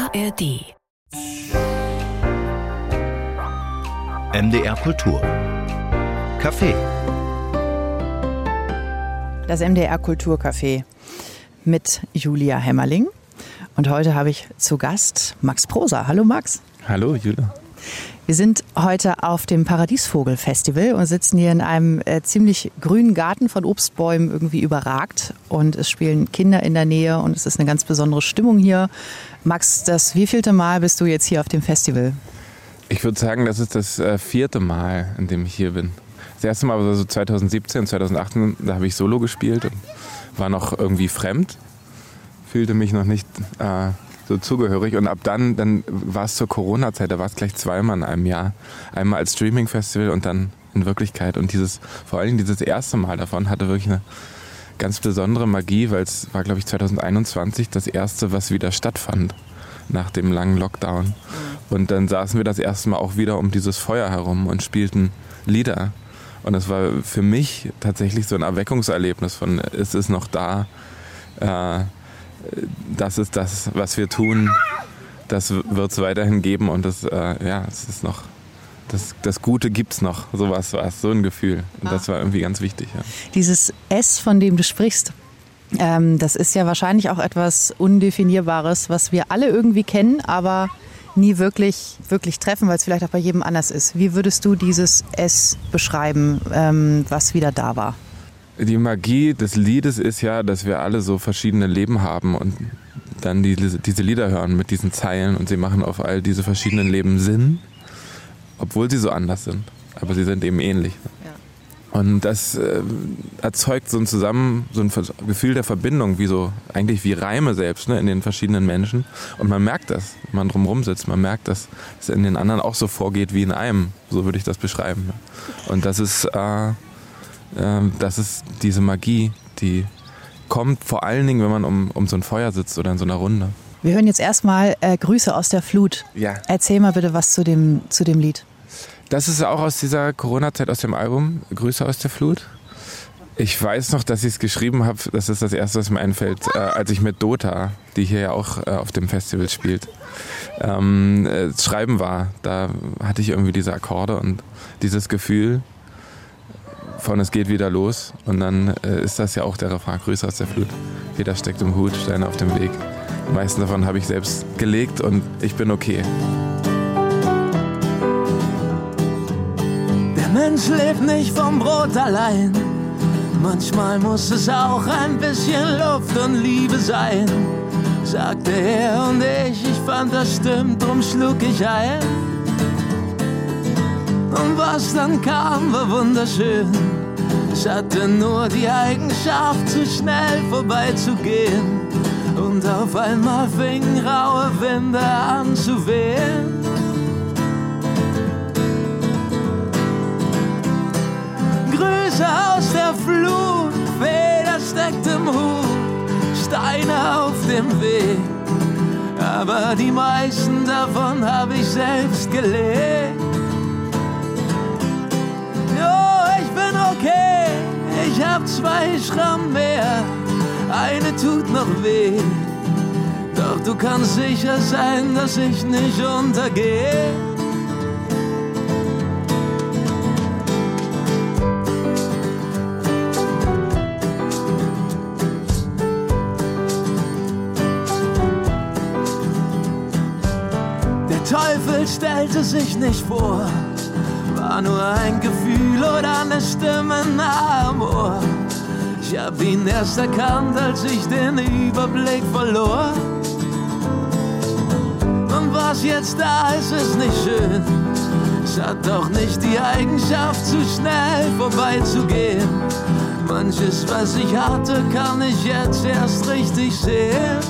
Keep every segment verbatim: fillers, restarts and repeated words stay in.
A R D. M D R Kultur. Café. Das M D R Kulturcafé mit Julia Hemmerling. Und heute habe ich zu Gast Max Prosa. Hallo Max. Hallo Julia. Wir sind heute auf dem Paradiesvogel-Festival und sitzen hier in einem äh, ziemlich grünen Garten von Obstbäumen irgendwie überragt. Und es spielen Kinder in der Nähe und es ist eine ganz besondere Stimmung hier. Max, das wievielte Mal bist du jetzt hier auf dem Festival? Ich würde sagen, das ist das äh, vierte Mal, in dem ich hier bin. Das erste Mal war so zwanzig siebzehn, zwanzig achtzehn, da habe ich Solo gespielt und war noch irgendwie fremd, fühlte mich noch nicht äh, so zugehörig. Und ab dann, dann war es zur Corona-Zeit, da war es gleich zweimal in einem Jahr. Einmal als Streaming-Festival und dann in Wirklichkeit. Und dieses, vor allem dieses erste Mal davon hatte wirklich eine ganz besondere Magie, weil es war, glaube ich, zwanzig einundzwanzig das erste, was wieder stattfand nach dem langen Lockdown. Und dann saßen wir das erste Mal auch wieder um dieses Feuer herum und spielten Lieder. Und es war für mich tatsächlich so ein Erweckungserlebnis von, es ist noch da, äh, das ist das, was wir tun, das wird es weiterhin geben und das, äh, ja, es ist noch, das, das Gute gibt's noch, sowas war es, so ein Gefühl. Und das war irgendwie ganz wichtig. Ja. Dieses S, von dem du sprichst, ähm, das ist ja wahrscheinlich auch etwas Undefinierbares, was wir alle irgendwie kennen, aber nie wirklich, wirklich treffen, weil es vielleicht auch bei jedem anders ist. Wie würdest du dieses S beschreiben, ähm, was wieder da war? Die Magie des Liedes ist ja, dass wir alle so verschiedene Leben haben und dann die, diese Lieder hören mit diesen Zeilen und sie machen auf all diese verschiedenen Leben Sinn, obwohl sie so anders sind, aber sie sind eben ähnlich. Ja. Und das äh, erzeugt so ein Zusammen, so ein Gefühl der Verbindung, wie so, eigentlich wie Reime selbst, ne, in den verschiedenen Menschen. Und man merkt das, wenn man drumherum sitzt, man merkt, dass es in den anderen auch so vorgeht wie in einem, so würde ich das beschreiben. Und das ist... Äh, Das ist diese Magie, die kommt vor allen Dingen, wenn man um, um so ein Feuer sitzt oder in so einer Runde. Wir hören jetzt erstmal äh, Grüße aus der Flut. Ja. Erzähl mal bitte was zu dem, zu dem Lied. Das ist auch aus dieser Corona-Zeit, aus dem Album Grüße aus der Flut. Ich weiß noch, dass ich es geschrieben habe, das ist das Erste, was mir einfällt, äh, als ich mit Dota, die hier ja auch äh, auf dem Festival spielt, ähm, äh, schreiben war. Da hatte ich irgendwie diese Akkorde und dieses Gefühl von es geht wieder los und dann äh, ist das ja auch der Refrain, Grüße aus der Flut. Jeder steckt im Hut, Steine auf dem Weg. Die meisten davon habe ich selbst gelegt und ich bin okay. Der Mensch lebt nicht vom Brot allein. Manchmal muss es auch ein bisschen Luft und Liebe sein, sagte er und ich, ich fand das stimmt, drum schlug ich ein. Und was dann kam, war wunderschön. Es hatte nur die Eigenschaft, zu schnell vorbeizugehen. Und auf einmal fingen raue Winde an zu wehen. Grüße aus der Flut, Feder steckt im Hut, Steine auf dem Weg. Aber die meisten davon habe ich selbst gelegt. Okay, ich hab zwei Schrammen mehr, eine tut noch weh. Doch du kannst sicher sein, dass ich nicht untergehe. Der Teufel stellte sich nicht vor, war nur ein Gefühl oder eine Stimme nah am Ohr. Ich hab ihn erst erkannt, als ich den Überblick verlor. Und was jetzt da ist, ist nicht schön. Es hat doch nicht die Eigenschaft, zu schnell vorbeizugehen. Manches, was ich hatte, kann ich jetzt erst richtig sehen.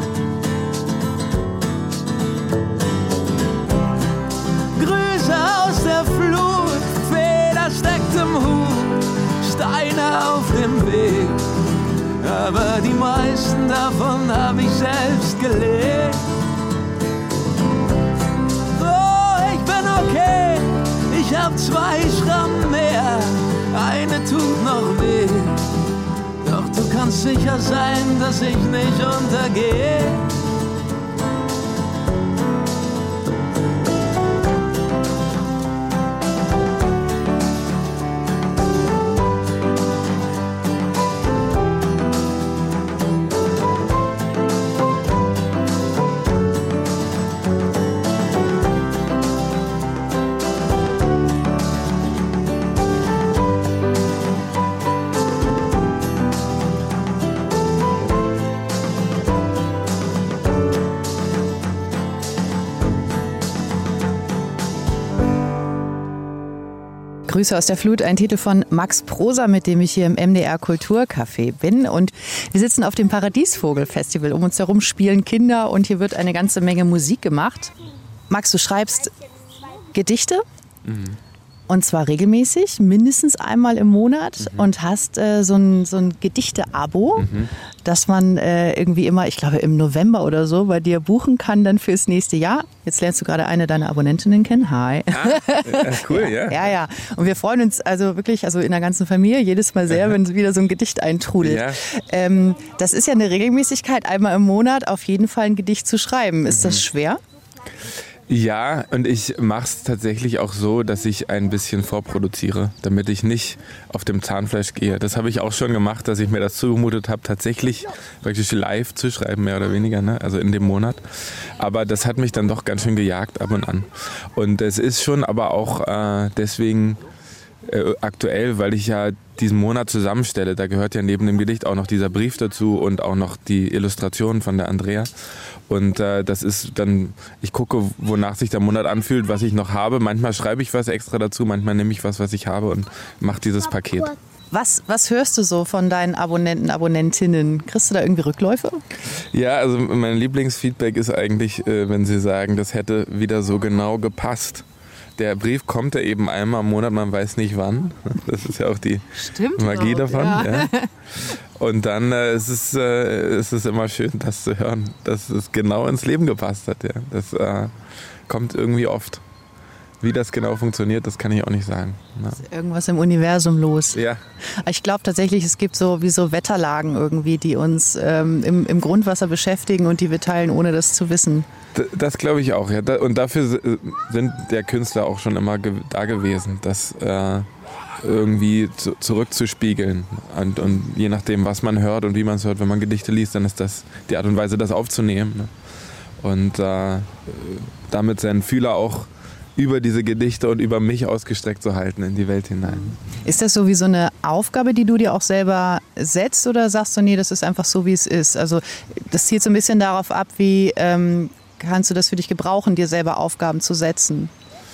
Grüße aus der Flut, Feder steckt im Hut, Steine auf dem Weg. Aber die meisten davon hab ich selbst gelegt. Oh, ich bin okay, ich hab zwei Schrammen mehr, eine tut noch weh. Doch du kannst sicher sein, dass ich nicht untergehe. Grüße aus der Flut, ein Titel von Max Prosa, mit dem ich hier im M D R Kulturcafé bin. Und wir sitzen auf dem Paradiesvogel-Festival. Um uns herum spielen Kinder und hier wird eine ganze Menge Musik gemacht. Max, du schreibst Gedichte? Mhm. Und zwar regelmäßig, mindestens einmal im Monat mhm. und hast äh, so ein, so ein Gedichte-Abo, mhm. das man äh, irgendwie immer, ich glaube im November oder so, bei dir buchen kann dann fürs nächste Jahr. Jetzt lernst du gerade eine deiner Abonnentinnen kennen. Hi. Ah, cool, ja. Ja, ja. Und wir freuen uns also wirklich, also in der ganzen Familie, jedes Mal sehr, wenn wieder so ein Gedicht eintrudelt. Ja. Ähm, das ist ja eine Regelmäßigkeit, einmal im Monat auf jeden Fall ein Gedicht zu schreiben. Ist mhm. das schwer? Ja, und ich mache es tatsächlich auch so, dass ich ein bisschen vorproduziere, damit ich nicht auf dem Zahnfleisch gehe. Das habe ich auch schon gemacht, dass ich mir das zugemutet habe, tatsächlich praktisch live zu schreiben, mehr oder weniger, ne? Also in dem Monat. Aber das hat mich dann doch ganz schön gejagt ab und an. Und es ist schon aber auch äh, deswegen äh, aktuell, weil ich ja diesen Monat zusammenstelle. Da gehört ja neben dem Gedicht auch noch dieser Brief dazu und auch noch die Illustration von der Andrea. Und äh, das ist dann, ich gucke, wonach sich der Monat anfühlt, was ich noch habe. Manchmal schreibe ich was extra dazu, manchmal nehme ich was, was ich habe und mache dieses Paket. Was, was hörst du so von deinen Abonnenten, Abonnentinnen? Kriegst du da irgendwie Rückläufe? Ja, also mein Lieblingsfeedback ist eigentlich, äh, wenn sie sagen, das hätte wieder so genau gepasst. Der Brief kommt ja eben einmal im Monat, man weiß nicht wann. Das ist ja auch die Stimmt Magie auch, davon. Ja. Ja. Und dann äh, ist, es, äh, ist es immer schön, das zu hören, dass es genau ins Leben gepasst hat. Ja. Das äh, kommt irgendwie oft. Wie das genau funktioniert, das kann ich auch nicht sagen. Ja. Ist irgendwas im Universum los. Ja. Ich glaube tatsächlich, es gibt so wie so Wetterlagen irgendwie, die uns ähm, im, im Grundwasser beschäftigen und die wir teilen, ohne das zu wissen. Das, das glaube ich auch, ja. Und dafür sind der Künstler auch schon immer ge- da gewesen, das äh, irgendwie zu, zurückzuspiegeln. Und, und je nachdem, was man hört und wie man es hört, wenn man Gedichte liest, dann ist das die Art und Weise, das aufzunehmen. Ne? Und äh, damit seinen Fühler auch über diese Gedichte und über mich ausgestreckt zu halten in die Welt hinein. Ist das so wie so eine Aufgabe, die du dir auch selber setzt, oder sagst du, nee, das ist einfach so, wie es ist? Also das zielt so ein bisschen darauf ab, wie ähm, kannst du das für dich gebrauchen, dir selber Aufgaben zu setzen?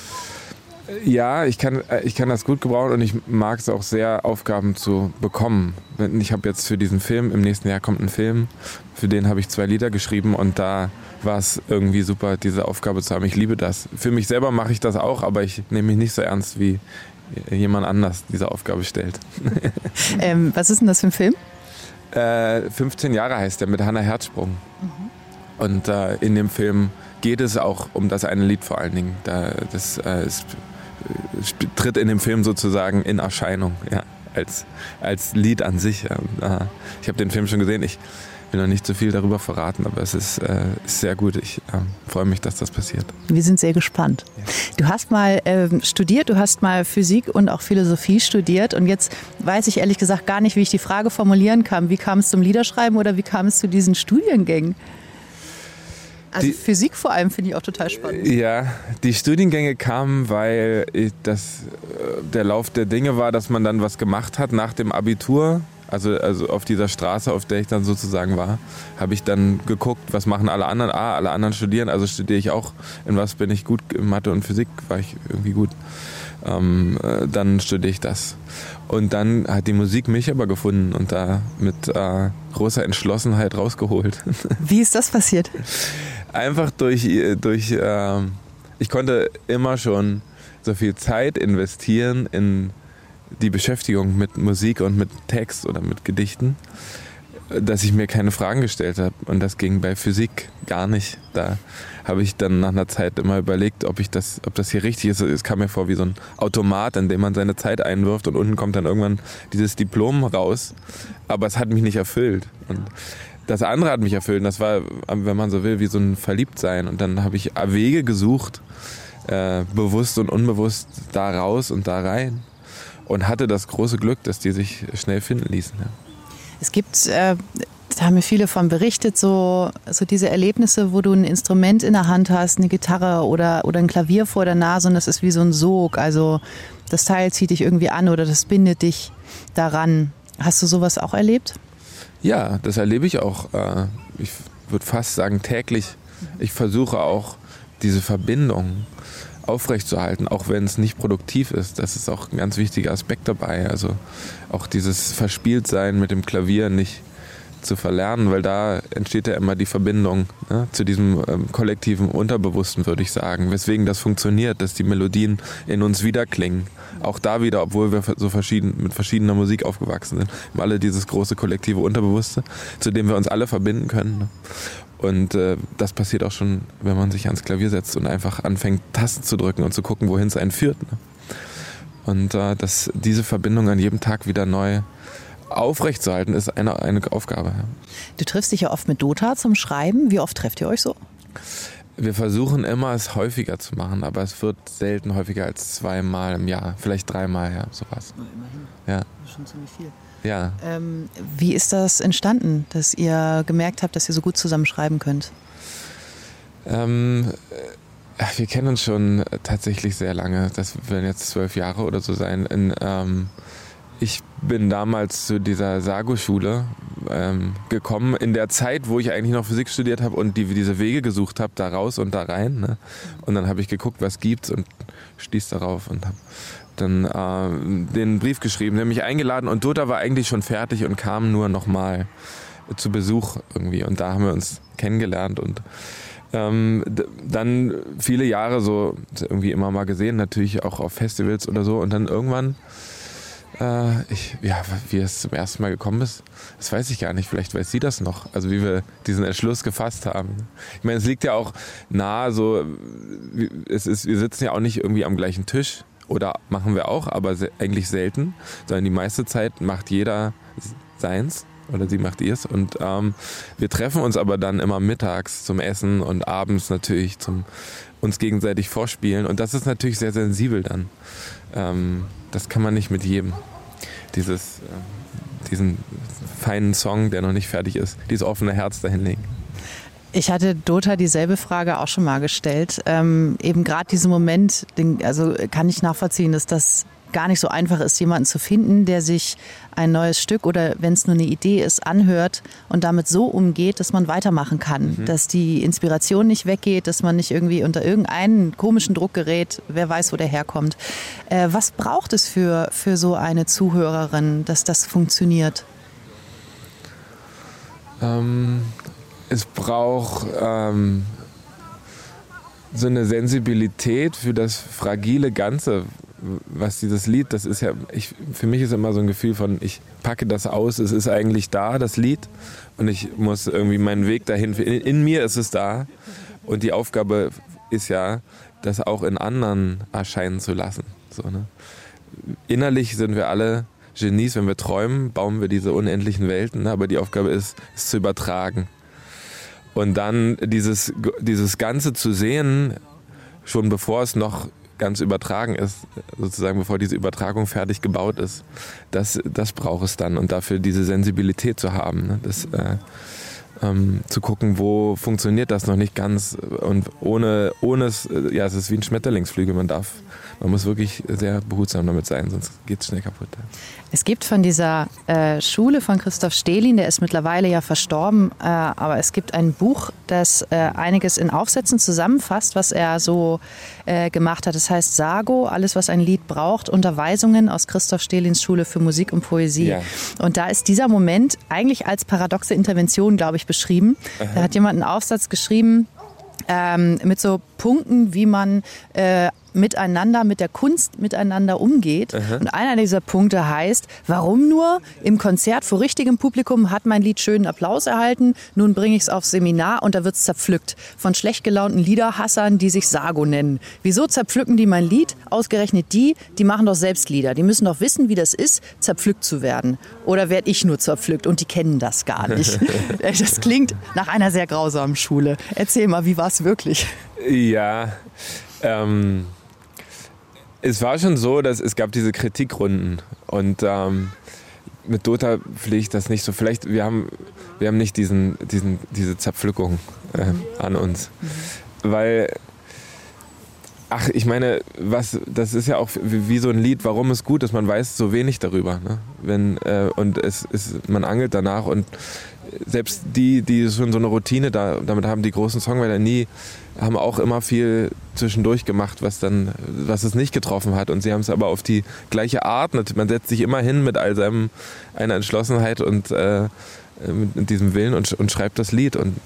Ja, ich kann, ich kann das gut gebrauchen und ich mag es auch sehr, Aufgaben zu bekommen. Ich habe jetzt für diesen Film, im nächsten Jahr kommt ein Film, für den habe ich zwei Lieder geschrieben und da war es irgendwie super, diese Aufgabe zu haben. Ich liebe das. Für mich selber mache ich das auch, aber ich nehme mich nicht so ernst, wie jemand anders diese Aufgabe stellt. ähm, was ist denn das für ein Film? Äh, fünfzehn Jahre heißt der, mit Hannah Herzsprung. Mhm. Und äh, in dem Film geht es auch um das eine Lied vor allen Dingen. Da, das äh, ist, äh, tritt in dem Film sozusagen in Erscheinung, ja, als, als Lied an sich. Ja. Äh, ich habe den Film schon gesehen. Ich will noch nicht so viel darüber verraten, aber es ist, äh, ist sehr gut. Ich äh, freue mich, dass das passiert. Wir sind sehr gespannt. Ja. Du hast mal ähm, studiert, du hast mal Physik und auch Philosophie studiert und jetzt weiß ich ehrlich gesagt gar nicht, wie ich die Frage formulieren kann. Wie kam es zum Liederschreiben oder wie kam es zu diesen Studiengängen? Also die, Physik vor allem finde ich auch total spannend. Ja, die Studiengänge kamen, weil ich das, der Lauf der Dinge war, dass man dann was gemacht hat nach dem Abitur. Also, also auf dieser Straße, auf der ich dann sozusagen war, habe ich dann geguckt, was machen alle anderen. Ah, alle anderen studieren, also studiere ich auch. In was bin ich gut? In Mathe und Physik war ich irgendwie gut. Ähm, äh, dann studiere ich das. Und dann hat die Musik mich aber gefunden und da mit äh, großer Entschlossenheit rausgeholt. Wie ist das passiert? Einfach durch, durch äh, ich konnte immer schon so viel Zeit investieren in die Beschäftigung mit Musik und mit Text oder mit Gedichten, dass ich mir keine Fragen gestellt habe. Und das ging bei Physik gar nicht. Da habe ich dann nach einer Zeit immer überlegt, ob ich das, ob das hier richtig ist. Es kam mir vor wie so ein Automat, in dem man seine Zeit einwirft und unten kommt dann irgendwann dieses Diplom raus. Aber es hat mich nicht erfüllt. Und das andere hat mich erfüllt. Und das war, wenn man so will, wie so ein Verliebtsein. Und dann habe ich Wege gesucht, äh, bewusst und unbewusst da raus und da rein. Und hatte das große Glück, dass die sich schnell finden ließen. Ja. Es gibt, äh, da haben mir viele von berichtet, so, so diese Erlebnisse, wo du ein Instrument in der Hand hast, eine Gitarre oder, oder ein Klavier vor der Nase und das ist wie so ein Sog. Also das Teil zieht dich irgendwie an oder das bindet dich daran. Hast du sowas auch erlebt? Ja, das erlebe ich auch. Äh, ich würde fast sagen täglich. Ich versuche auch diese Verbindung aufrechtzuerhalten, auch wenn es nicht produktiv ist. Das ist auch ein ganz wichtiger Aspekt dabei. Also auch dieses Verspieltsein mit dem Klavier nicht zu verlernen, weil da entsteht ja immer die Verbindung, ne, zu diesem ähm, kollektiven Unterbewussten, würde ich sagen. Weswegen das funktioniert, dass die Melodien in uns wiederklingen. Auch da wieder, obwohl wir so verschieden, mit verschiedener Musik aufgewachsen sind, haben alle dieses große kollektive Unterbewusste, zu dem wir uns alle verbinden können. Ne? Und äh, das passiert auch schon, wenn man sich ans Klavier setzt und einfach anfängt, Tasten zu drücken und zu gucken, wohin es einen führt. Ne? Und äh, dass diese Verbindung an jedem Tag wieder neu aufrechtzuerhalten, ist eine, eine Aufgabe. Ja. Du triffst dich ja oft mit Dota zum Schreiben. Wie oft trefft ihr euch so? Wir versuchen immer, es häufiger zu machen, aber es wird selten häufiger als zweimal im Jahr. Vielleicht dreimal, ja, sowas. Oh, immerhin. Ja. Das ist schon ziemlich viel. Ja. Ähm, wie ist das entstanden, dass ihr gemerkt habt, dass ihr so gut zusammen schreiben könnt? Ähm, wir kennen uns schon tatsächlich sehr lange. Das werden jetzt zwölf Jahre oder so sein. In, ähm, Ich bin damals zu dieser Sago-Schule ähm, gekommen, in der Zeit, wo ich eigentlich noch Physik studiert habe und die, diese Wege gesucht habe, da raus und da rein. Ne? Und dann habe ich geguckt, was gibt's und stieß darauf und habe dann äh, den Brief geschrieben, der mich eingeladen und Dota war eigentlich schon fertig und kam nur nochmal zu Besuch irgendwie. Und da haben wir uns kennengelernt und Ähm, d- dann viele Jahre so irgendwie immer mal gesehen, natürlich auch auf Festivals oder so und dann irgendwann Äh, ich, ja, wie es zum ersten Mal gekommen ist, das weiß ich gar nicht. Vielleicht weiß sie das noch. Also wie wir diesen Entschluss gefasst haben. Ich meine, es liegt ja auch nahe, so, es ist, wir sitzen ja auch nicht irgendwie am gleichen Tisch. Oder machen wir auch, aber se- eigentlich selten. Sondern die meiste Zeit macht jeder seins. Oder sie macht ihrs. Und ähm, wir treffen uns aber dann immer mittags zum Essen und abends natürlich zum uns gegenseitig vorspielen. Und das ist natürlich sehr sensibel dann. Ähm, das kann man nicht mit jedem. Dieses, äh, diesen feinen Song, der noch nicht fertig ist, dieses offene Herz dahinlegen. Ich hatte Dota dieselbe Frage auch schon mal gestellt. Ähm, eben gerade diesen Moment, den, also kann ich nachvollziehen, dass das gar nicht so einfach ist, jemanden zu finden, der sich ein neues Stück oder wenn es nur eine Idee ist, anhört und damit so umgeht, dass man weitermachen kann. Mhm. Dass die Inspiration nicht weggeht, dass man nicht irgendwie unter irgendeinen komischen Druck gerät, wer weiß, wo der herkommt. Äh, was braucht es für, für so eine Zuhörerin, dass das funktioniert? Ähm, es braucht ähm, so eine Sensibilität für das fragile Ganze, was dieses Lied, das ist ja, ich, für mich ist immer so ein Gefühl von, ich packe das aus, es ist eigentlich da, das Lied, und ich muss irgendwie meinen Weg dahin, in, in mir ist es da, und die Aufgabe ist ja, das auch in anderen erscheinen zu lassen. So, ne? Innerlich sind wir alle Genies, wenn wir träumen, bauen wir diese unendlichen Welten, ne? Aber die Aufgabe ist, es zu übertragen. Und dann dieses, dieses Ganze zu sehen, schon bevor es noch ganz übertragen ist, sozusagen bevor diese Übertragung fertig gebaut ist, das, das braucht es dann. Und dafür diese Sensibilität zu haben, ne? das, äh, ähm, zu gucken, wo funktioniert das noch nicht ganz. Und ohne, ohne es, ja, es ist wie ein Schmetterlingsflügel, man darf, man muss wirklich sehr behutsam damit sein, sonst geht es schnell kaputt. Ja. Es gibt von dieser äh, Schule von Christoph Stehlin, der ist mittlerweile ja verstorben, äh, aber es gibt ein Buch, das äh, einiges in Aufsätzen zusammenfasst, was er so äh, gemacht hat. Das heißt Sago, alles, was ein Lied braucht, Unterweisungen aus Christoph Stehlins Schule für Musik und Poesie. Ja. Und da ist dieser Moment eigentlich als paradoxe Intervention, glaube ich, beschrieben. Aha. Da hat jemand einen Aufsatz geschrieben, ähm, mit so Punkten, wie man äh, miteinander, mit der Kunst miteinander umgeht. Aha. Und einer dieser Punkte heißt, warum nur im Konzert vor richtigem Publikum hat mein Lied schönen Applaus erhalten, nun bringe ich es aufs Seminar und da wird es zerpflückt von schlecht gelaunten Liederhassern, die sich Sago nennen. Wieso zerpflücken die mein Lied? Ausgerechnet die, die machen doch selbst Lieder. Die müssen doch wissen, wie das ist, zerpflückt zu werden. Oder werde ich nur zerpflückt und die kennen das gar nicht. Das klingt nach einer sehr grausamen Schule. Erzähl mal, wie war es wirklich? Ja, ähm... es war schon so, dass es gab diese Kritikrunden und ähm, mit Dota pflege das nicht so. Vielleicht, wir haben, wir haben nicht diesen, diesen, diese Zerpflückung äh, an uns. Mhm. Weil, ach, ich meine, was, das ist ja auch wie, wie so ein Lied, warum es gut ist, man weiß so wenig darüber. Ne? Wenn, äh, und es ist, man angelt danach und selbst die, die schon so eine Routine da, damit haben, die großen Songwriter nie, haben auch immer viel zwischendurch gemacht, was dann, was es nicht getroffen hat. Und sie haben es aber auf die gleiche Art. Man setzt sich immer hin mit all seinem, einer Entschlossenheit und äh, mit diesem Willen und, und schreibt das Lied. Und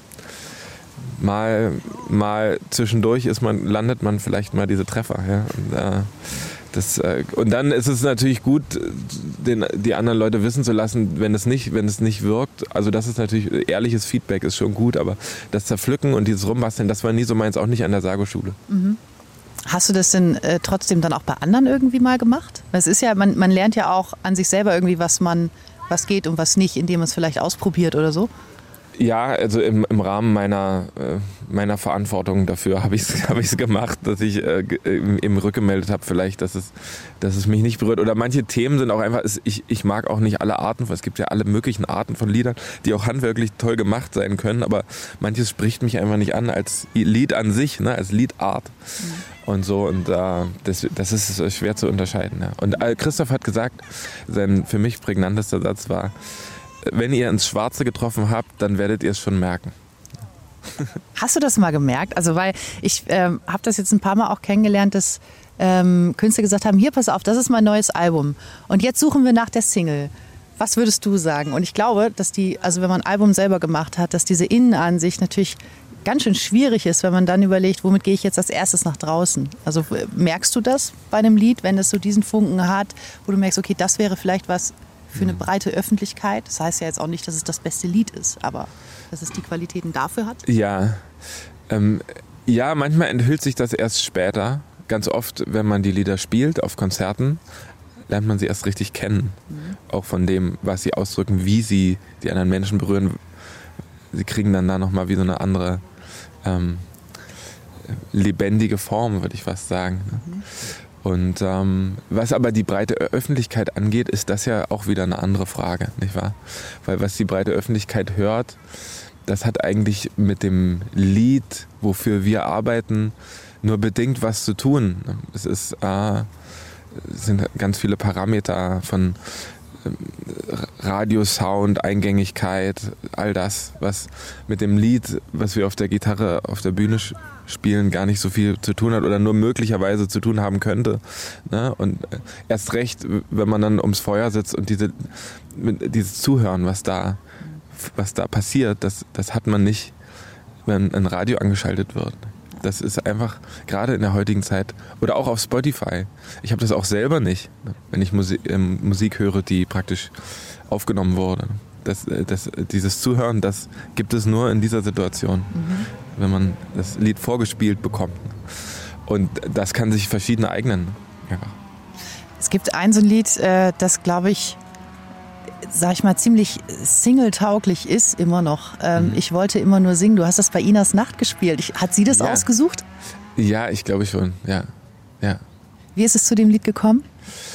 mal, mal zwischendurch ist man, landet man vielleicht mal diese Treffer. Ja? Und, äh, Das, äh, und dann ist es natürlich gut, den, die anderen Leute wissen zu lassen, wenn es nicht, wenn es nicht wirkt. Also das ist natürlich, ehrliches Feedback ist schon gut, aber das Zerpflücken und dieses Rumbasteln, das war nie so meins, auch nicht an der Sago-Schule. Mhm. Hast du das denn äh, trotzdem dann auch bei anderen irgendwie mal gemacht? Weil es ist ja, man, man lernt ja auch an sich selber irgendwie, was man, was geht und was nicht, indem man es vielleicht ausprobiert oder so. Ja, also im, im Rahmen meiner, äh, meiner Verantwortung dafür habe ich es hab ich's gemacht, dass ich äh, eben rückgemeldet habe vielleicht, dass es, dass es mich nicht berührt. Oder manche Themen sind auch einfach, ich, ich mag auch nicht alle Arten, es gibt ja alle möglichen Arten von Liedern, die auch handwerklich toll gemacht sein können, aber manches spricht mich einfach nicht an als Lied an sich, ne, als Liedart. Mhm. Und so, und äh, das, das ist schwer zu unterscheiden. Ja. Und äh, Christoph hat gesagt, sein für mich prägnantester Satz war: Wenn ihr ins Schwarze getroffen habt, dann werdet ihr es schon merken. Hast du das mal gemerkt? Also weil ich ähm, habe das jetzt ein paar Mal auch kennengelernt, dass ähm, Künstler gesagt haben, hier pass auf, das ist mein neues Album und jetzt suchen wir nach der Single. Was würdest du sagen? Und ich glaube, dass die, also wenn man ein Album selber gemacht hat, dass diese Innenansicht natürlich ganz schön schwierig ist, wenn man dann überlegt, womit gehe ich jetzt als erstes nach draußen? Also merkst du das bei einem Lied, wenn es so diesen Funken hat, wo du merkst, okay, das wäre vielleicht was für eine breite Öffentlichkeit? Das heißt ja jetzt auch nicht, dass es das beste Lied ist, aber dass es die Qualitäten dafür hat? Ja, ähm, ja, manchmal enthüllt sich das erst später. Ganz oft, wenn man die Lieder spielt auf Konzerten, lernt man sie erst richtig kennen. Mhm. Auch von dem, was sie ausdrücken, wie sie die anderen Menschen berühren. Sie kriegen dann da nochmal wie so eine andere ähm, lebendige Form, würde ich fast sagen. Mhm. Und ähm, was aber die breite Öffentlichkeit angeht, ist das ja auch wieder eine andere Frage, nicht wahr? Weil was die breite öffentlichkeit hört, das hat eigentlich mit dem Lied, wofür wir arbeiten, nur bedingt was zu tun. Es ist, äh, es sind ganz viele Parameter von Radiosound, Eingängigkeit, all das, was mit dem Lied, was wir auf der Gitarre auf der Bühne spielen, gar nicht so viel zu tun hat oder nur möglicherweise zu tun haben könnte. Ne? Und erst recht, wenn man dann ums Feuer sitzt und diese, dieses Zuhören, was da, was da passiert, das, das hat man nicht, wenn ein Radio angeschaltet wird. Das ist einfach, gerade in der heutigen Zeit, oder auch auf Spotify. Ich habe das auch selber nicht, wenn ich Musik, ähm, Musik höre, die praktisch aufgenommen wurde. Das, das, dieses Zuhören, das gibt es nur in dieser Situation, mhm. wenn man das Lied vorgespielt bekommt. Und das kann sich verschieden eignen. Ja. Es gibt ein so ein Lied, äh, das, glaube ich, sag ich mal, ziemlich single-tauglich ist immer noch. Ähm, mhm. Ich wollte immer nur singen. Du hast das bei Inas Nacht gespielt. Ich, hat sie das ja. ausgesucht? Ja, ich glaube schon. Ja. Ja. Wie ist es zu dem Lied gekommen?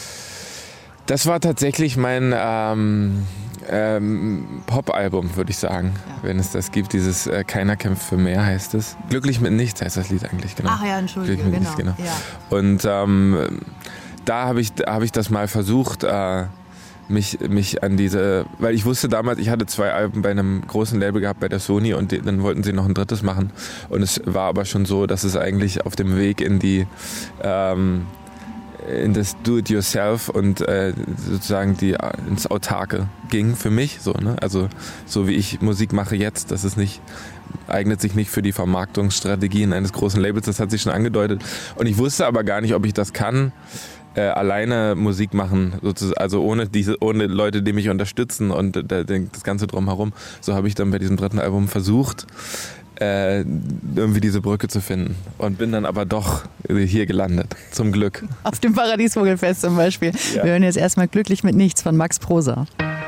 Das war tatsächlich mein ähm, ähm, Pop-Album, würde ich sagen. Ja. Wenn es das gibt. Dieses äh, Keiner kämpft für mehr heißt es. Glücklich mit nichts heißt das Lied eigentlich. Genau. Ach ja, Entschuldigung. Glücklich mit genau. nichts, genau. Ja. Und ähm, da habe ich, hab ich das mal versucht, äh, Mich, mich an diese, weil ich wusste damals, ich hatte zwei Alben bei einem großen Label gehabt, bei der Sony, und die, dann wollten sie noch ein drittes machen. Und es war aber schon so, dass es eigentlich auf dem Weg in die, ähm, in das Do-it-yourself und äh, sozusagen die, ins Autarke ging für mich. So, ne? Also so wie ich Musik mache jetzt, das ist nicht, eignet sich nicht für die Vermarktungsstrategien eines großen Labels, das hat sich schon angedeutet. Und ich wusste aber gar nicht, ob ich das kann. Äh, alleine Musik machen, sozusagen, also ohne diese, ohne Leute, die mich unterstützen und äh, das Ganze drumherum. So habe ich dann bei diesem dritten Album versucht, äh, irgendwie diese Brücke zu finden und bin dann aber doch hier gelandet, zum Glück. Auf dem Paradiesvogelfest zum Beispiel. Ja. Wir hören jetzt erstmal Glücklich mit nichts von Max Prosa.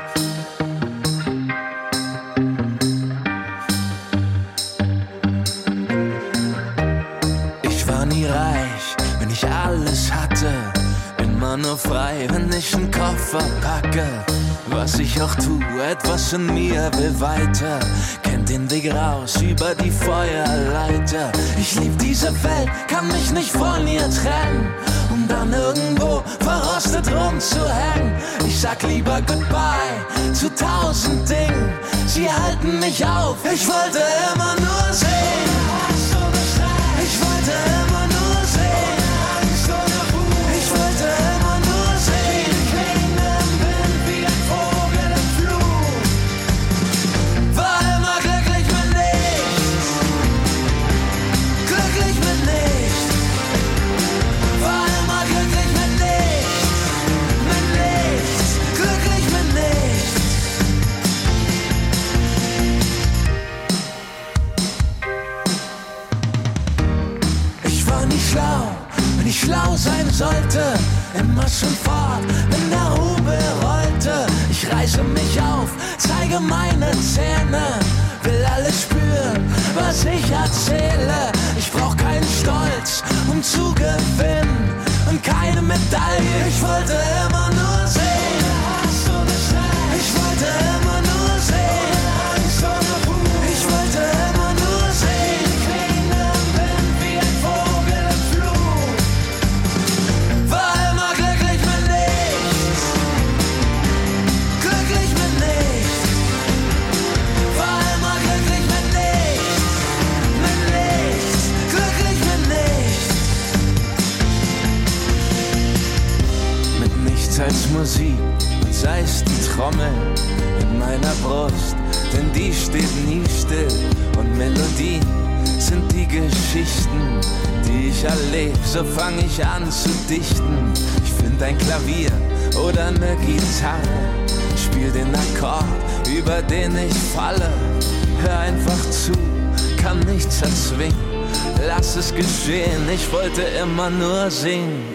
Ich war nie reich, wenn ich alles hatte. Nur frei, wenn ich einen Koffer packe. was ich auch tu, etwas in mir will weiter, kennt den Weg raus über die Feuerleiter. Ich lieb diese Welt, kann mich nicht von ihr trennen, um dann irgendwo verrostet rumzuhängen. Ich sag lieber Goodbye zu tausend Dingen, sie halten mich auf. Ich wollte immer nur sehen, ich wollte immer nur sehen, ich wollte immer nur sehen, klingen bin wie ein Vogel im Flug. War immer glücklich mit nichts, glücklich mit nichts. War immer glücklich mit nichts, mit nichts, glücklich mit nichts. Ich war nie schlau, wenn ich schlau sein sollte, immer schon fort, wenn der Rubel rollte. Ich reiße mich auf, zeige meine Zähne, will alles spüren, was ich erzähle. Ich brauch keinen Stolz, um zu gewinnen, und keine Medaille. Ich wollte immer nur sehen, ich wollte immer nur sehen, ich wollte immer nur sehen, klingen bin wie ein Vogel im Flug. War immer glücklich mit nichts, glücklich mit nichts. War immer glücklich mit nichts, mit nichts, glücklich mit nichts. Mit nichts als Musik, und sei es die Trommel in meiner Brust, denn die steht nie still, und Melodien sind die Geschichten, die ich erleb. So fang ich an zu dichten. Ich find ein Klavier oder eine Gitarre, spiel den Akkord, über den ich falle. Hör einfach zu, kann nichts erzwingen, lass es geschehen. Ich wollte immer nur singen.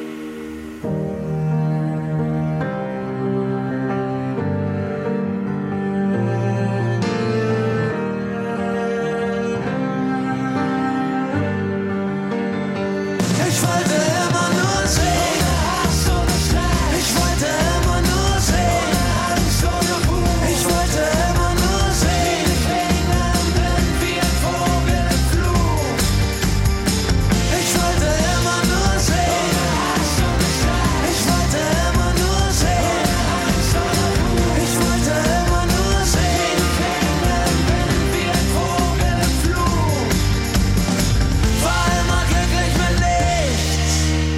Ich wollte immer nur sehen, ich wollte immer nur sehen, ich wollte immer nur sehen, klingen bin wie ein Vogel im Flug. Ich wollte immer nur sehen, ich wollte immer nur sehen, ich wollte immer nur sehen, klingen bin wie ein Vogel im Flug. War immer glücklich mit nichts.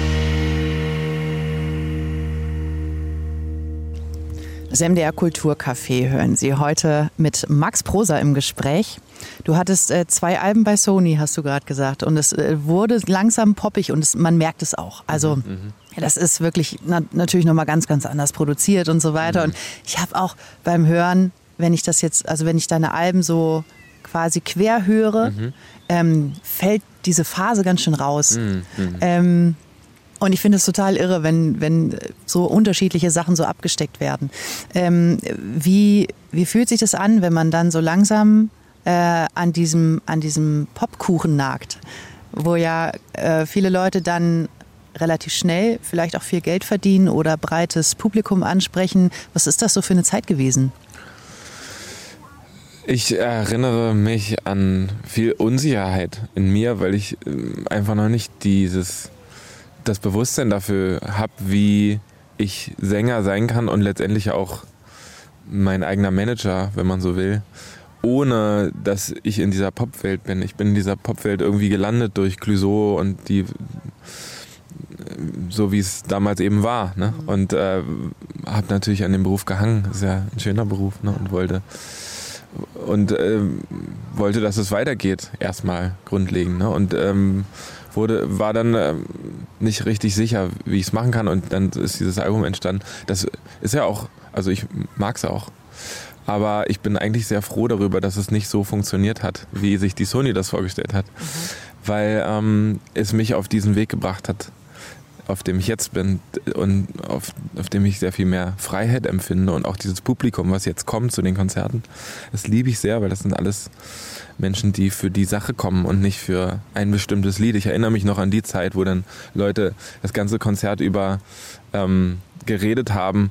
Das M D R Kulturcafé hören Sie heute mit Max Prosa im Gespräch. Du hattest äh, zwei Alben bei Sony, hast du gerade gesagt. Und es äh, wurde langsam poppig, und es, man merkt es auch. Also Mhm. das ist wirklich na, natürlich nochmal ganz, ganz anders produziert und so weiter. Und ich habe auch beim Hören, wenn ich das jetzt, also wenn ich deine Alben so quasi quer höre, ähm, fällt diese Phase ganz schön raus. Mhm. Ähm, und ich finde es total irre, wenn, wenn so unterschiedliche Sachen so abgesteckt werden. Ähm, wie, wie fühlt sich das an, wenn man dann so langsam äh, an diesem, an diesem Popkuchen nagt, wo ja äh, viele Leute dann relativ schnell vielleicht auch viel Geld verdienen oder breites Publikum ansprechen. Was ist das so für eine Zeit gewesen? Ich erinnere mich an viel Unsicherheit in mir, weil ich äh, einfach noch nicht dieses, das Bewusstsein dafür habe, wie ich Sänger sein kann und letztendlich auch mein eigener Manager, wenn man so will, ohne dass ich in dieser Popwelt bin. Ich bin in dieser Popwelt irgendwie gelandet durch Clouseau und die, so wie es damals eben war, ne? Und äh, habe natürlich an dem Beruf gehangen. Das ist ja ein schöner Beruf, ne? Und wollte und äh, wollte, dass es weitergeht, erstmal grundlegend, ne? Und ähm, wurde, war dann äh, nicht richtig sicher, wie ich es machen kann, und dann ist dieses Album entstanden. Das ist ja auch, also ich mag es auch, aber ich bin eigentlich sehr froh darüber, dass es nicht so funktioniert hat, wie sich die Sony das vorgestellt hat, mhm. weil ähm, es mich auf diesen Weg gebracht hat, auf dem ich jetzt bin und auf, auf dem ich sehr viel mehr Freiheit empfinde, und auch dieses Publikum, was jetzt kommt zu den Konzerten, das liebe ich sehr, weil das sind alles Menschen, die für die Sache kommen und nicht für ein bestimmtes Lied. Ich erinnere mich noch an die Zeit, wo dann Leute das ganze Konzert über ähm, geredet haben,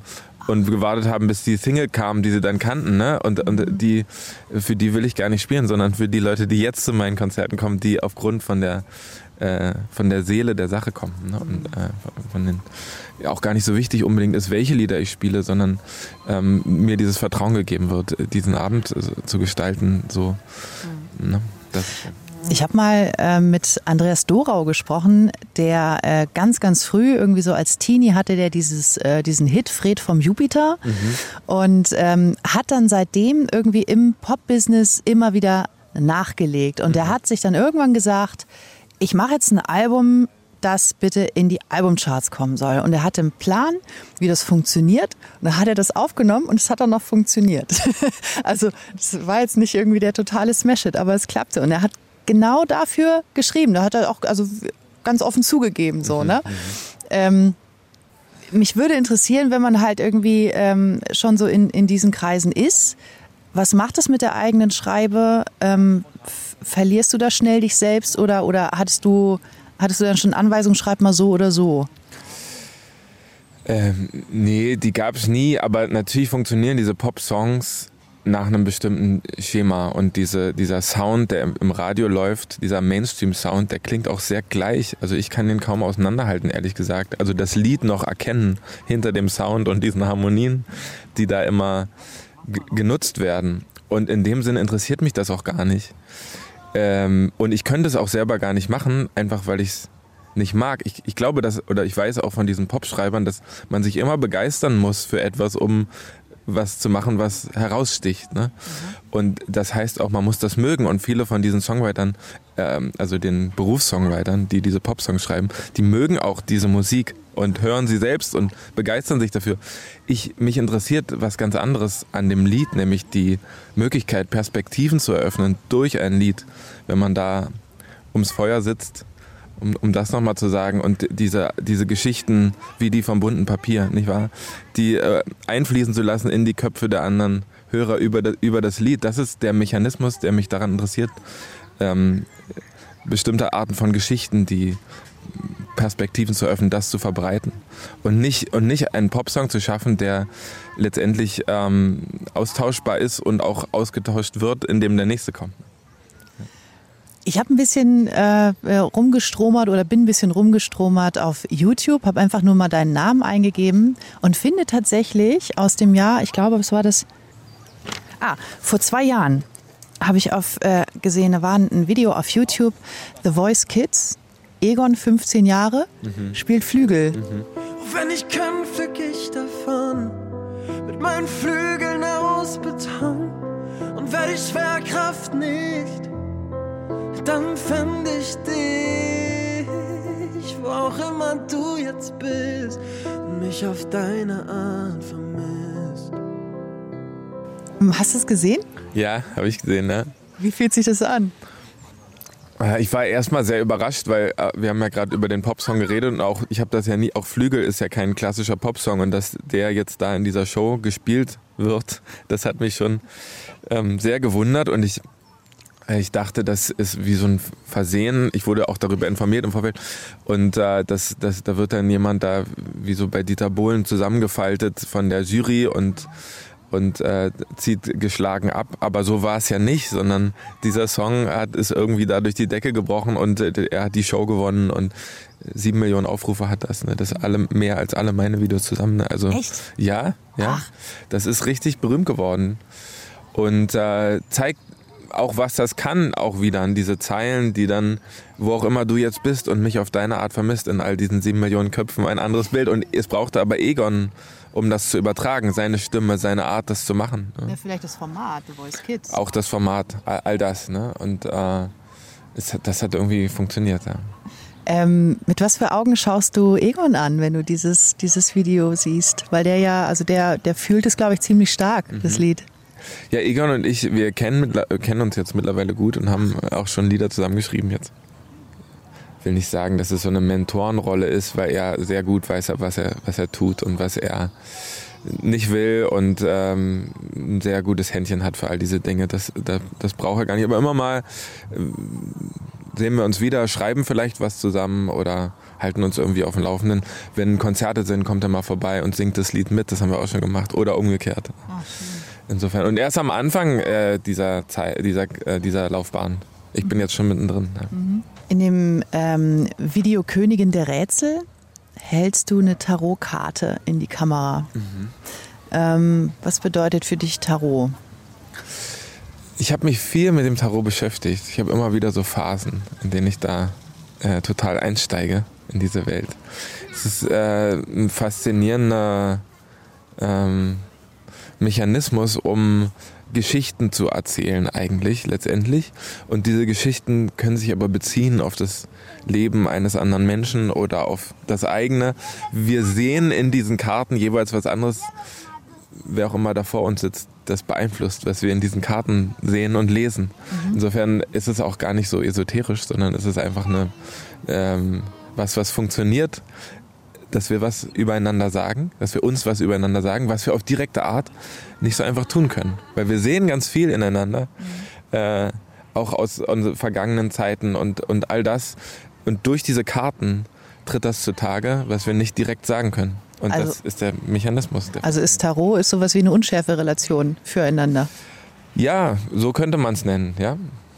und gewartet haben, bis die Single kam, die sie dann kannten, ne? Und, und die, für die will ich gar nicht spielen, sondern für die Leute, die jetzt zu meinen Konzerten kommen, die aufgrund von der äh, von der Seele der Sache kommen, ne? Und äh, von den auch gar nicht so wichtig unbedingt ist, welche Lieder ich spiele, sondern ähm, mir dieses Vertrauen gegeben wird, diesen Abend äh, zu gestalten, so. Mhm. Ne? Das, Ich habe mal äh, mit Andreas Dorau gesprochen, der äh, ganz, ganz früh, irgendwie so als Teenie, hatte der dieses, äh, diesen Hit Fred vom Jupiter mhm. und ähm, hat dann seitdem irgendwie im Pop-Business immer wieder nachgelegt. Und mhm. der hat sich dann irgendwann gesagt, ich mache jetzt ein Album, das bitte in die Albumcharts kommen soll. Und er hatte einen Plan, wie das funktioniert. Und dann hat er das aufgenommen und es hat dann noch funktioniert. Also das war jetzt nicht irgendwie der totale Smash-Hit, aber es klappte. Und er hat genau dafür geschrieben. Da hat er auch also ganz offen zugegeben. So, ne? Mhm. Ähm, mich würde interessieren, wenn man halt irgendwie ähm, schon so in, in diesen Kreisen ist, was macht es mit der eigenen Schreibe? Ähm, f- verlierst du da schnell dich selbst oder, oder hattest du, hattest du dann schon Anweisungen, schreib mal so oder so? Ähm, nee, die gab es nie, aber natürlich funktionieren diese Pop-Songs nach einem bestimmten Schema und diese, dieser Sound, der im Radio läuft, dieser Mainstream-Sound, der klingt auch sehr gleich. Also ich kann den kaum auseinanderhalten, ehrlich gesagt. Also das Lied noch erkennen hinter dem Sound und diesen Harmonien, die da immer g- genutzt werden. Und in dem Sinne interessiert mich das auch gar nicht. Ähm, und ich könnte es auch selber gar nicht machen, einfach weil ich es nicht mag. Ich, ich glaube, dass, oder ich weiß auch von diesen Popschreibern, dass man sich immer begeistern muss für etwas, um was zu machen, was heraussticht. Ne? Mhm. Und das heißt auch, man muss das mögen. Und viele von diesen Songwritern, ähm, also den Berufssongwritern, die diese Popsongs schreiben, die mögen auch diese Musik und hören sie selbst und begeistern sich dafür. Ich, mich interessiert was ganz anderes an dem Lied, nämlich die Möglichkeit, Perspektiven zu eröffnen durch ein Lied, wenn man da ums Feuer sitzt. Um, um das nochmal zu sagen und diese, diese Geschichten wie die vom bunten Papier, nicht wahr? Die äh, einfließen zu lassen in die Köpfe der anderen Hörer über das, über das Lied. Das ist der Mechanismus, der mich daran interessiert. Ähm, bestimmte Arten von Geschichten, die Perspektiven zu öffnen, das zu verbreiten. Und nicht, und nicht einen Popsong zu schaffen, der letztendlich ähm, austauschbar ist und auch ausgetauscht wird, indem der nächste kommt. Ich habe ein bisschen äh, rumgestromert oder bin ein bisschen rumgestromert auf YouTube, habe einfach nur mal deinen Namen eingegeben und finde tatsächlich aus dem Jahr, ich glaube, was war das? Ah, vor zwei Jahren habe ich auf äh, gesehen, da war ein Video auf YouTube, The Voice Kids, Egon, fünfzehn Jahre, mhm. spielt Flügel. Mhm. Wenn ich kann, flieg ich davon, mit meinen Flügeln aus Beton und wär die Schwerkraft nicht, dann fänd ich dich, wo auch immer du jetzt bist, und mich auf deine Art vermisst. Hast du es gesehen? Ja, habe ich gesehen, ne? Wie fühlt sich das an? Ich war erstmal sehr überrascht, weil äh, wir haben ja gerade über den Popsong geredet und auch, ich habe das ja nie, auch Flügel ist ja kein klassischer Popsong und dass der jetzt da in dieser Show gespielt wird, das hat mich schon ähm, sehr gewundert und ich Ich dachte, das ist wie so ein Versehen. Ich wurde auch darüber informiert im Vorfeld. Und äh, das, das, da wird dann jemand da, wie so bei Dieter Bohlen, zusammengefaltet von der Jury und, und äh, zieht geschlagen ab. Aber so war es ja nicht, sondern dieser Song hat, ist irgendwie da durch die Decke gebrochen und äh, er hat die Show gewonnen und sieben Millionen Aufrufe hat das. Ne? Das ist alle, mehr als alle meine Videos zusammen. Ne? Also, echt? Ja, ja. Ach. Das ist richtig berühmt geworden. Und äh, zeigt auch was das kann, auch wieder an diese Zeilen, die dann, wo auch immer du jetzt bist und mich auf deine Art vermisst, in all diesen sieben Millionen Köpfen ein anderes Bild. Und es brauchte aber Egon, um das zu übertragen, seine Stimme, seine Art, das zu machen. Ja, vielleicht das Format, The Voice Kids. Auch das Format, all, all das. Ne? Und äh, es, das hat irgendwie funktioniert. Ja. Ähm, mit was für Augen schaust du Egon an, wenn du dieses, dieses Video siehst? Weil der ja, also der, der fühlt es, glaube ich, ziemlich stark, mhm. das Lied. Ja, Egon und ich, wir kennen, kennen uns jetzt mittlerweile gut und haben auch schon Lieder zusammengeschrieben jetzt. Ich will nicht sagen, dass es so eine Mentorenrolle ist, weil er sehr gut weiß, was er, was er tut und was er nicht will und ähm, ein sehr gutes Händchen hat für all diese Dinge. Das, das, das braucht er gar nicht. Aber immer mal sehen wir uns wieder, schreiben vielleicht was zusammen oder halten uns irgendwie auf dem Laufenden. Wenn Konzerte sind, kommt er mal vorbei und singt das Lied mit. Das haben wir auch schon gemacht. Oder umgekehrt. Oh, insofern. Und erst am Anfang äh, dieser, Zeit, dieser, äh, dieser Laufbahn. Ich bin jetzt schon mittendrin. Ja. In dem ähm, Video Königin der Rätsel hältst du eine Tarotkarte in die Kamera. Mhm. Ähm, was bedeutet für dich Tarot? Ich habe mich viel mit dem Tarot beschäftigt. Ich habe immer wieder so Phasen, in denen ich da äh, total einsteige in diese Welt. Es ist äh, ein faszinierender ähm, Mechanismus, um Geschichten zu erzählen eigentlich letztendlich. Und diese Geschichten können sich aber beziehen auf das Leben eines anderen Menschen oder auf das eigene. Wir sehen in diesen Karten jeweils was anderes, wer auch immer da vor uns sitzt, das beeinflusst, was wir in diesen Karten sehen und lesen. Mhm. Insofern ist es auch gar nicht so esoterisch, sondern es ist einfach eine, ähm, was, was funktioniert, dass wir was übereinander sagen, dass wir uns was übereinander sagen, was wir auf direkte Art nicht so einfach tun können. Weil wir sehen ganz viel ineinander, mhm. äh, auch aus unseren vergangenen Zeiten und, und all das. Und durch diese Karten tritt das zutage, was wir nicht direkt sagen können. Und also, das ist der Mechanismus. Der also ist Tarot ist sowas wie eine unschärfe Relation füreinander? Ja, so könnte man es nennen, ja.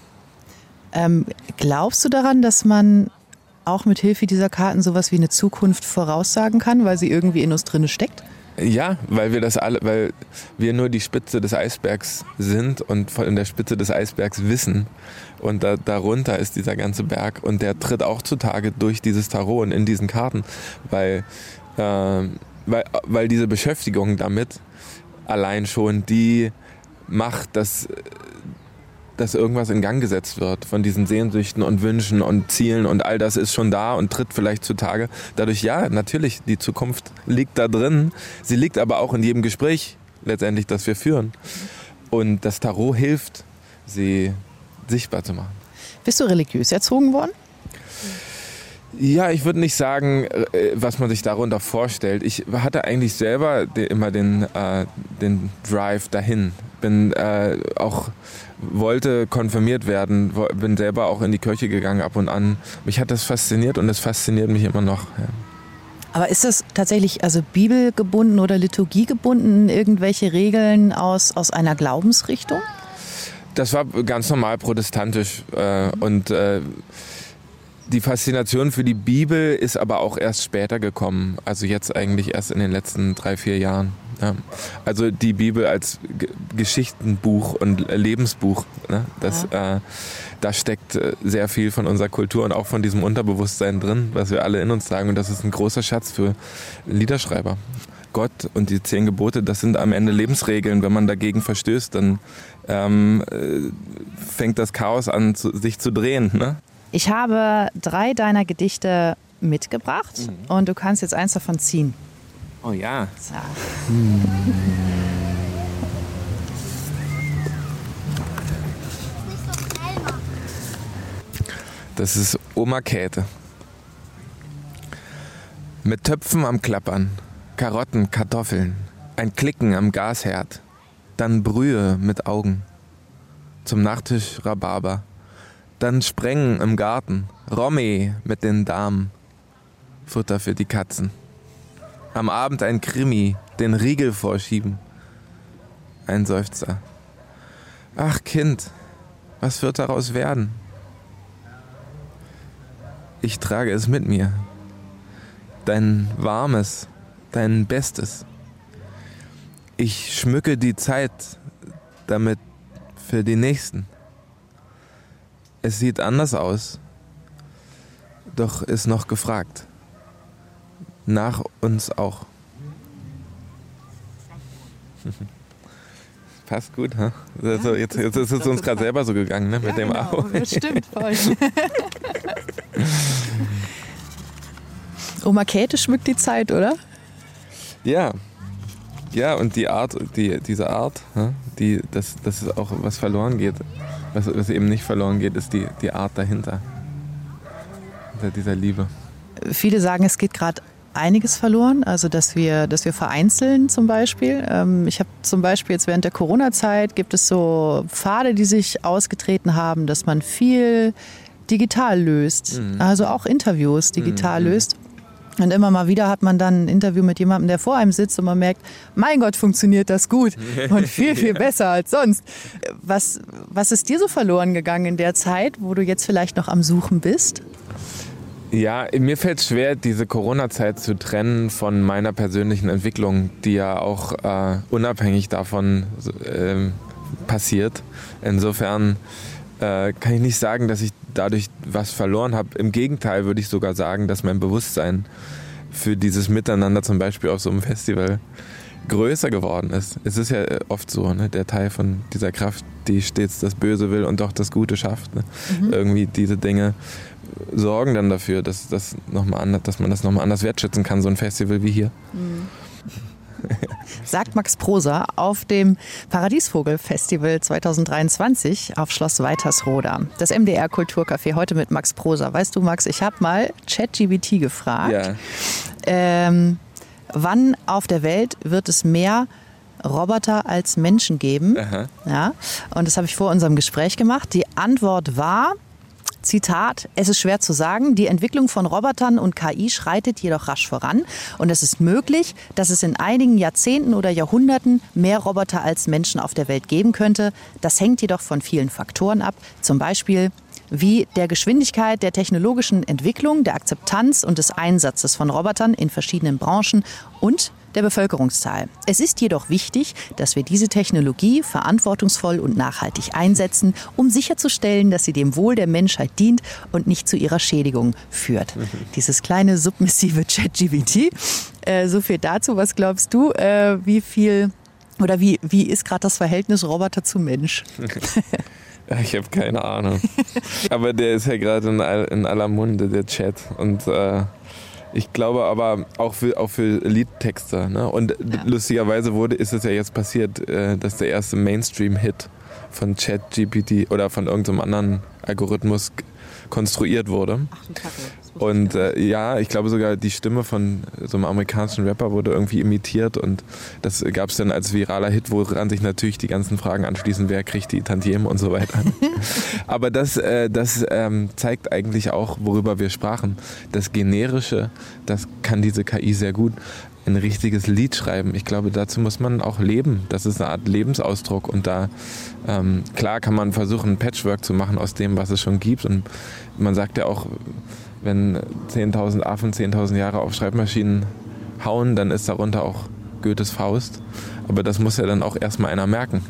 Ähm, glaubst du daran, dass man auch mit Hilfe dieser Karten sowas wie eine Zukunft voraussagen kann, weil sie irgendwie in uns drin steckt? Ja, weil wir das alle, weil wir nur die Spitze des Eisbergs sind und von der Spitze des Eisbergs wissen. Und da, darunter ist dieser ganze Berg und der tritt auch zutage durch dieses Tarot und in diesen Karten, weil äh, weil, weil diese Beschäftigung damit allein schon die macht, dass dass irgendwas in Gang gesetzt wird von diesen Sehnsüchten und Wünschen und Zielen und all das ist schon da und tritt vielleicht zutage. Dadurch, ja, natürlich, die Zukunft liegt da drin. Sie liegt aber auch in jedem Gespräch letztendlich, das wir führen. Und das Tarot hilft, sie sichtbar zu machen. Bist du religiös erzogen worden? Ja, ich würde nicht sagen, was man sich darunter vorstellt. Ich hatte eigentlich selber immer den, äh, den Drive dahin. Bin äh, auch wollte konfirmiert werden, bin selber auch in die Kirche gegangen ab und an. Mich hat das fasziniert und es fasziniert mich immer noch. Ja. Aber ist das tatsächlich also bibelgebunden oder liturgiegebunden, irgendwelche Regeln aus, aus einer Glaubensrichtung? Das war ganz normal protestantisch äh, mhm. und äh, die Faszination für die Bibel ist aber auch erst später gekommen, also jetzt eigentlich erst in den letzten drei, vier Jahren. Ja. Also die Bibel als G- Geschichtenbuch und Lebensbuch, ne? das, ja. äh, da steckt sehr viel von unserer Kultur und auch von diesem Unterbewusstsein drin, was wir alle in uns tragen und das ist ein großer Schatz für Liederschreiber. Gott und die zehn Gebote, das sind am Ende Lebensregeln. Wenn man dagegen verstößt, dann ähm, äh, fängt das Chaos an, zu, sich zu drehen, ne? Ich habe drei deiner Gedichte mitgebracht mhm. und du kannst jetzt eins davon ziehen. Oh ja. So. Hm. Das ist Oma Käthe. Mit Töpfen am Klappern, Karotten, Kartoffeln, ein Klicken am Gasherd, dann Brühe mit Augen. Zum Nachtisch Rhabarber. Dann Sprengen im Garten, Romy mit den Damen, Futter für die Katzen. Am Abend ein Krimi, den Riegel vorschieben. Ein Seufzer. Ach Kind, was wird daraus werden? Ich trage es mit mir. Dein Warmes, dein Bestes. Ich schmücke die Zeit damit für die Nächsten. Es sieht anders aus, doch ist noch gefragt. Nach uns auch. Passt gut, ha? Also jetzt, jetzt ist es uns gerade selber so gegangen, ne? Mit ja, dem genau, Au. Das stimmt voll. Oma Käthe schmückt die Zeit, oder? Ja. Ja, und die Art, die, diese Art, die, dass, dass es auch was verloren geht. Was, was eben nicht verloren geht, ist die, die Art dahinter. Hinter dieser Liebe. Viele sagen, es geht gerade einiges verloren, also dass wir, dass wir vereinzeln zum Beispiel. Ich habe zum Beispiel jetzt während der Corona-Zeit gibt es so Pfade, die sich ausgetreten haben, dass man viel digital löst. Mhm. Also auch Interviews digital Mhm. löst. Und immer mal wieder hat man dann ein Interview mit jemandem, der vor einem sitzt und man merkt, mein Gott, funktioniert das gut und viel, viel besser als sonst. Was, was ist dir so verloren gegangen in der Zeit, wo du jetzt vielleicht noch am Suchen bist? Ja, mir fällt es schwer, diese Corona-Zeit zu trennen von meiner persönlichen Entwicklung, die ja auch äh, unabhängig davon äh, passiert. Insofern äh, kann ich nicht sagen, dass ich dadurch was verloren habe. Im Gegenteil würde ich sogar sagen, dass mein Bewusstsein für dieses Miteinander zum Beispiel auf so einem Festival größer geworden ist. Es ist ja oft so, ne? Der Teil von dieser Kraft, die stets das Böse will und doch das Gute schafft. Ne? Mhm. Irgendwie diese Dinge sorgen dann dafür, dass, das noch mal anders, dass man das nochmal anders wertschätzen kann, so ein Festival wie hier. Mhm. Sagt Max Prosa auf dem Paradiesvogel-Festival zwanzig dreiundzwanzig auf Schloss Weitersroda. Das M D R Kulturcafé heute mit Max Prosa. Weißt du, Max, ich habe mal ChatGPT gefragt, Ja. ähm, wann auf der Welt wird es mehr Roboter als Menschen geben? Aha. Ja, und das habe ich vor unserem Gespräch gemacht. Die Antwort war, Zitat, es ist schwer zu sagen, die Entwicklung von Robotern und K I schreitet jedoch rasch voran und es ist möglich, dass es in einigen Jahrzehnten oder Jahrhunderten mehr Roboter als Menschen auf der Welt geben könnte. Das hängt jedoch von vielen Faktoren ab, zum Beispiel wie der Geschwindigkeit der technologischen Entwicklung, der Akzeptanz und des Einsatzes von Robotern in verschiedenen Branchen und der Bevölkerungszahl. Es ist jedoch wichtig, dass wir diese Technologie verantwortungsvoll und nachhaltig einsetzen, um sicherzustellen, dass sie dem Wohl der Menschheit dient und nicht zu ihrer Schädigung führt. Mhm. Dieses kleine submissive ChatGPT. Äh, so viel dazu. Was glaubst du, äh, wie viel oder wie, wie ist gerade das Verhältnis Roboter zu Mensch? Ich habe keine Ahnung. Aber der ist ja gerade in, all, in aller Munde, der Chat. Und äh, ich glaube aber auch für, auch für Liedtexter. Ne? Und ja. lustigerweise wurde, ist es ja jetzt passiert, äh, dass der erste Mainstream-Hit von ChatGPT oder von irgendeinem anderen Algorithmus g- konstruiert wurde. Ach du Kacke. Und äh, ja, ich glaube sogar die Stimme von so einem amerikanischen Rapper wurde irgendwie imitiert und das gab es dann als viraler Hit, woran sich natürlich die ganzen Fragen anschließen, wer kriegt die Tantiemen und so weiter. Aber das, äh, das ähm, zeigt eigentlich auch, worüber wir sprachen. Das Generische, das kann diese K I sehr gut. Ein richtiges Lied schreiben. Ich glaube, dazu muss man auch leben. Das ist eine Art Lebensausdruck und da, ähm, klar kann man versuchen, ein Patchwork zu machen aus dem, was es schon gibt und man sagt ja auch, wenn zehntausend Affen zehntausend Jahre auf Schreibmaschinen hauen, dann ist darunter auch Goethes Faust. Aber das muss ja dann auch erstmal einer merken,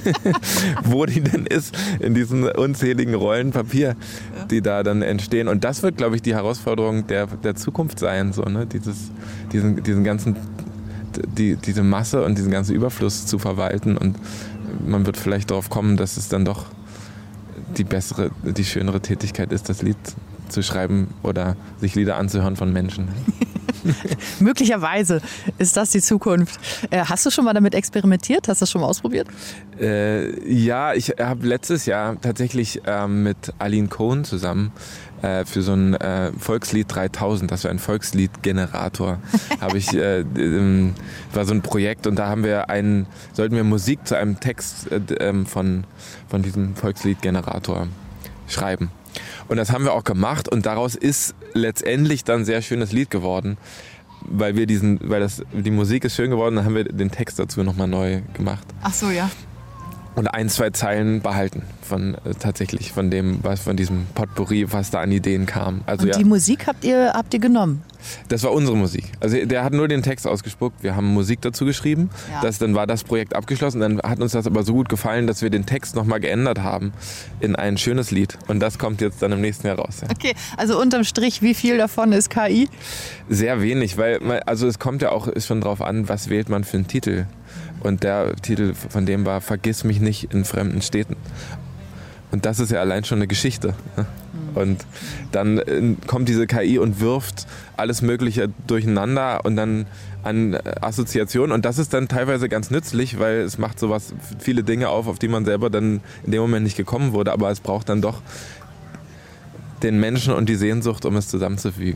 wo die denn ist in diesen unzähligen Rollen Papier, die da dann entstehen. Und das wird, glaube ich, die Herausforderung der, der Zukunft sein, so, ne? Dieses, diesen, diesen ganzen, die, diese Masse und diesen ganzen Überfluss zu verwalten. Und man wird vielleicht darauf kommen, dass es dann doch die bessere, die schönere Tätigkeit ist, das Lied zu schreiben oder sich Lieder anzuhören von Menschen. Möglicherweise ist das die Zukunft. Äh, hast du schon mal damit experimentiert? Hast du das schon mal ausprobiert? Äh, ja, ich habe letztes Jahr tatsächlich äh, mit Aline Cohn zusammen äh, für so ein äh, Volkslied dreitausend, das war ein Volksliedgenerator, habe ich, äh, äh, war so ein Projekt und da haben wir einen, sollten wir Musik zu einem Text äh, von, von diesem Volksliedgenerator schreiben. Und das haben wir auch gemacht und daraus ist letztendlich dann ein sehr schönes Lied geworden, weil wir diesen, weil das, die Musik ist schön geworden, dann haben wir den Text dazu nochmal neu gemacht. Ach so, ja. Und ein, zwei Zeilen behalten von äh, tatsächlich von dem, was von diesem Potpourri, was da an Ideen kam. Also, und ja, die Musik habt ihr, habt ihr genommen? Das war unsere Musik. Also der hat nur den Text ausgespuckt. Wir haben Musik dazu geschrieben. Ja. Das, dann war das Projekt abgeschlossen. Dann hat uns das aber so gut gefallen, dass wir den Text nochmal geändert haben in ein schönes Lied. Und das kommt jetzt dann im nächsten Jahr raus. Ja. Okay, also unterm Strich, wie viel davon ist K I? Sehr wenig, weil man, also es kommt ja auch ist schon drauf an, was wählt man für einen Titel. Und der Titel von dem war Vergiss mich nicht in fremden Städten. Und das ist ja allein schon eine Geschichte. Ne? Und dann äh, kommt diese K I und wirft alles Mögliche durcheinander und dann an Assoziationen. Und das ist dann teilweise ganz nützlich, weil es macht sowas, viele Dinge auf, auf die man selber dann in dem Moment nicht gekommen wurde. Aber es braucht dann doch den Menschen und die Sehnsucht, um es zusammenzufügen.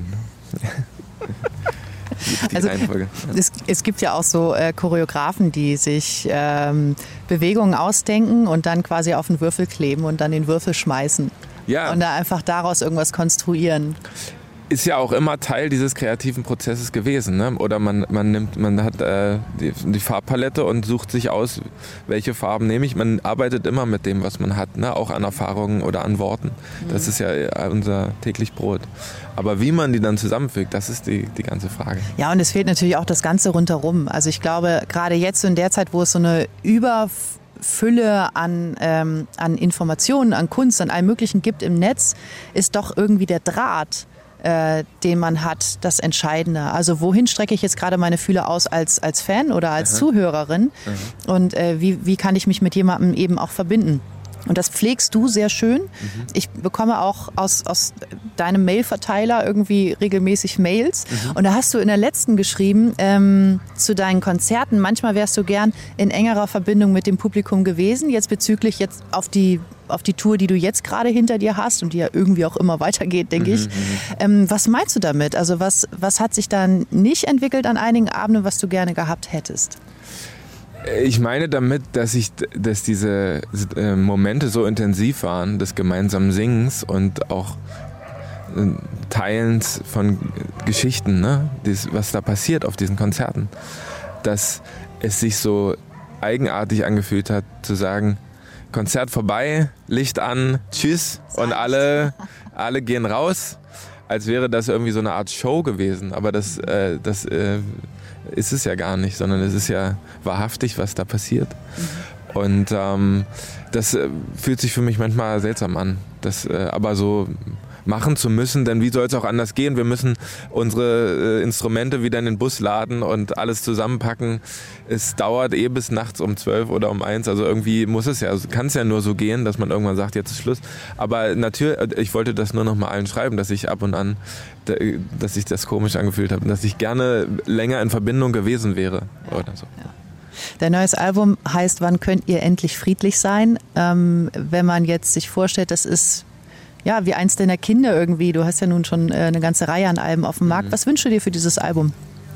Die, die also Reihenfolge. es, es gibt ja auch so äh, Choreografen, die sich ähm, Bewegungen ausdenken und dann quasi auf den Würfel kleben und dann den Würfel schmeißen. Ja. Und da einfach daraus irgendwas konstruieren. Ist ja auch immer Teil dieses kreativen Prozesses gewesen, ne? Oder man, man nimmt, man hat äh, die, die Farbpalette und sucht sich aus, welche Farben nehme ich. Man arbeitet immer mit dem, was man hat, ne? Auch an Erfahrungen oder an Worten. Mhm. Das ist ja unser täglich Brot. Aber wie man die dann zusammenfügt, das ist die, die ganze Frage. Ja, und es fehlt natürlich auch das Ganze rundherum. Also ich glaube, gerade jetzt so in der Zeit, wo es so eine Überfülle an, ähm, an Informationen, an Kunst, an allem Möglichen gibt im Netz, ist doch irgendwie der Draht, Äh, den man hat, das Entscheidende. Also wohin strecke ich jetzt gerade meine Fühler aus als, als Fan oder als Aha. Zuhörerin Aha. und äh, wie, wie kann ich mich mit jemandem eben auch verbinden? Und das pflegst du sehr schön. Mhm. Ich bekomme auch aus, aus deinem Mailverteiler irgendwie regelmäßig Mails. Mhm. Und da hast du in der letzten geschrieben, ähm, zu deinen Konzerten, manchmal wärst du gern in engerer Verbindung mit dem Publikum gewesen. Jetzt bezüglich jetzt auf die, auf die Tour, die du jetzt gerade hinter dir hast und die ja irgendwie auch immer weitergeht, denke mhm. ich. Ähm, was meinst du damit? Also was, was hat sich dann nicht entwickelt an einigen Abenden, was du gerne gehabt hättest? Ich meine damit, dass, ich, dass diese äh, Momente so intensiv waren, des gemeinsamen Singens und auch äh, Teilens von Geschichten, ne? Dies, was da passiert auf diesen Konzerten, dass es sich so eigenartig angefühlt hat, zu sagen, Konzert vorbei, Licht an, tschüss und alle, alle gehen raus, als wäre das irgendwie so eine Art Show gewesen. Aber das, äh, das äh, ist es ja gar nicht, sondern es ist ja wahrhaftig, was da passiert. Mhm. Und ähm, das äh, fühlt sich für mich manchmal seltsam an, das äh, aber so machen zu müssen, denn wie soll es auch anders gehen? Wir müssen unsere äh, Instrumente wieder in den Bus laden und alles zusammenpacken. Es dauert eh bis nachts um zwölf oder um eins, also irgendwie muss es ja, kann es ja nur so gehen, dass man irgendwann sagt, jetzt ist Schluss. Aber natürlich, ich wollte das nur noch mal allen schreiben, dass ich ab und an, dass sich das komisch angefühlt habe und dass ich gerne länger in Verbindung gewesen wäre oder so. Ja. Dein neues Album heißt Wann könnt ihr endlich friedlich sein? Ähm, wenn man jetzt sich vorstellt, das ist ja wie eins deiner Kinder irgendwie. Du hast ja nun schon äh, eine ganze Reihe an Alben auf dem Markt. Mhm. Was wünschst du dir für dieses Album?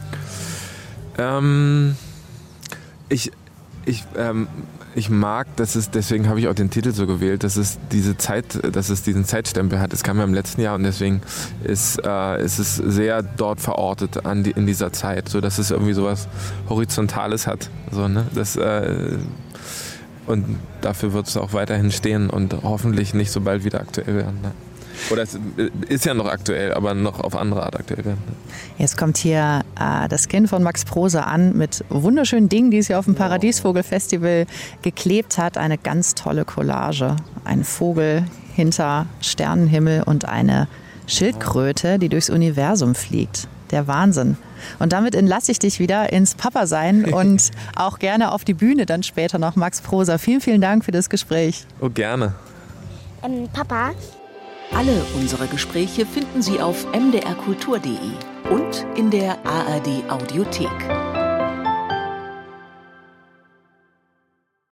Ähm, ich, ich, ähm, ich mag, dass es, deswegen habe ich auch den Titel so gewählt, dass es diese Zeit, dass es diesen Zeitstempel hat. Es kam ja im letzten Jahr und deswegen ist, äh, ist es sehr dort verortet an die, in dieser Zeit, so dass es irgendwie sowas Horizontales hat. So, ne? Das, äh, und dafür wird es auch weiterhin stehen und hoffentlich nicht so bald wieder aktuell werden. Ne? Oder es ist ja noch aktuell, aber noch auf andere Art aktuell werden. Jetzt kommt hier äh, das Kind von Max Prosa an mit wunderschönen Dingen, die es hier auf dem Paradiesvogel-Festival geklebt hat. Eine ganz tolle Collage. Ein Vogel hinter Sternenhimmel und eine Schildkröte, die durchs Universum fliegt. Der Wahnsinn. Und damit entlasse ich dich wieder ins Papa-Sein und auch gerne auf die Bühne dann später noch, Max Prosa. Vielen, vielen Dank für das Gespräch. Oh, gerne. Ähm, Papa? Alle unsere Gespräche finden Sie auf m d r kultur punkt d e und in der A R D Audiothek.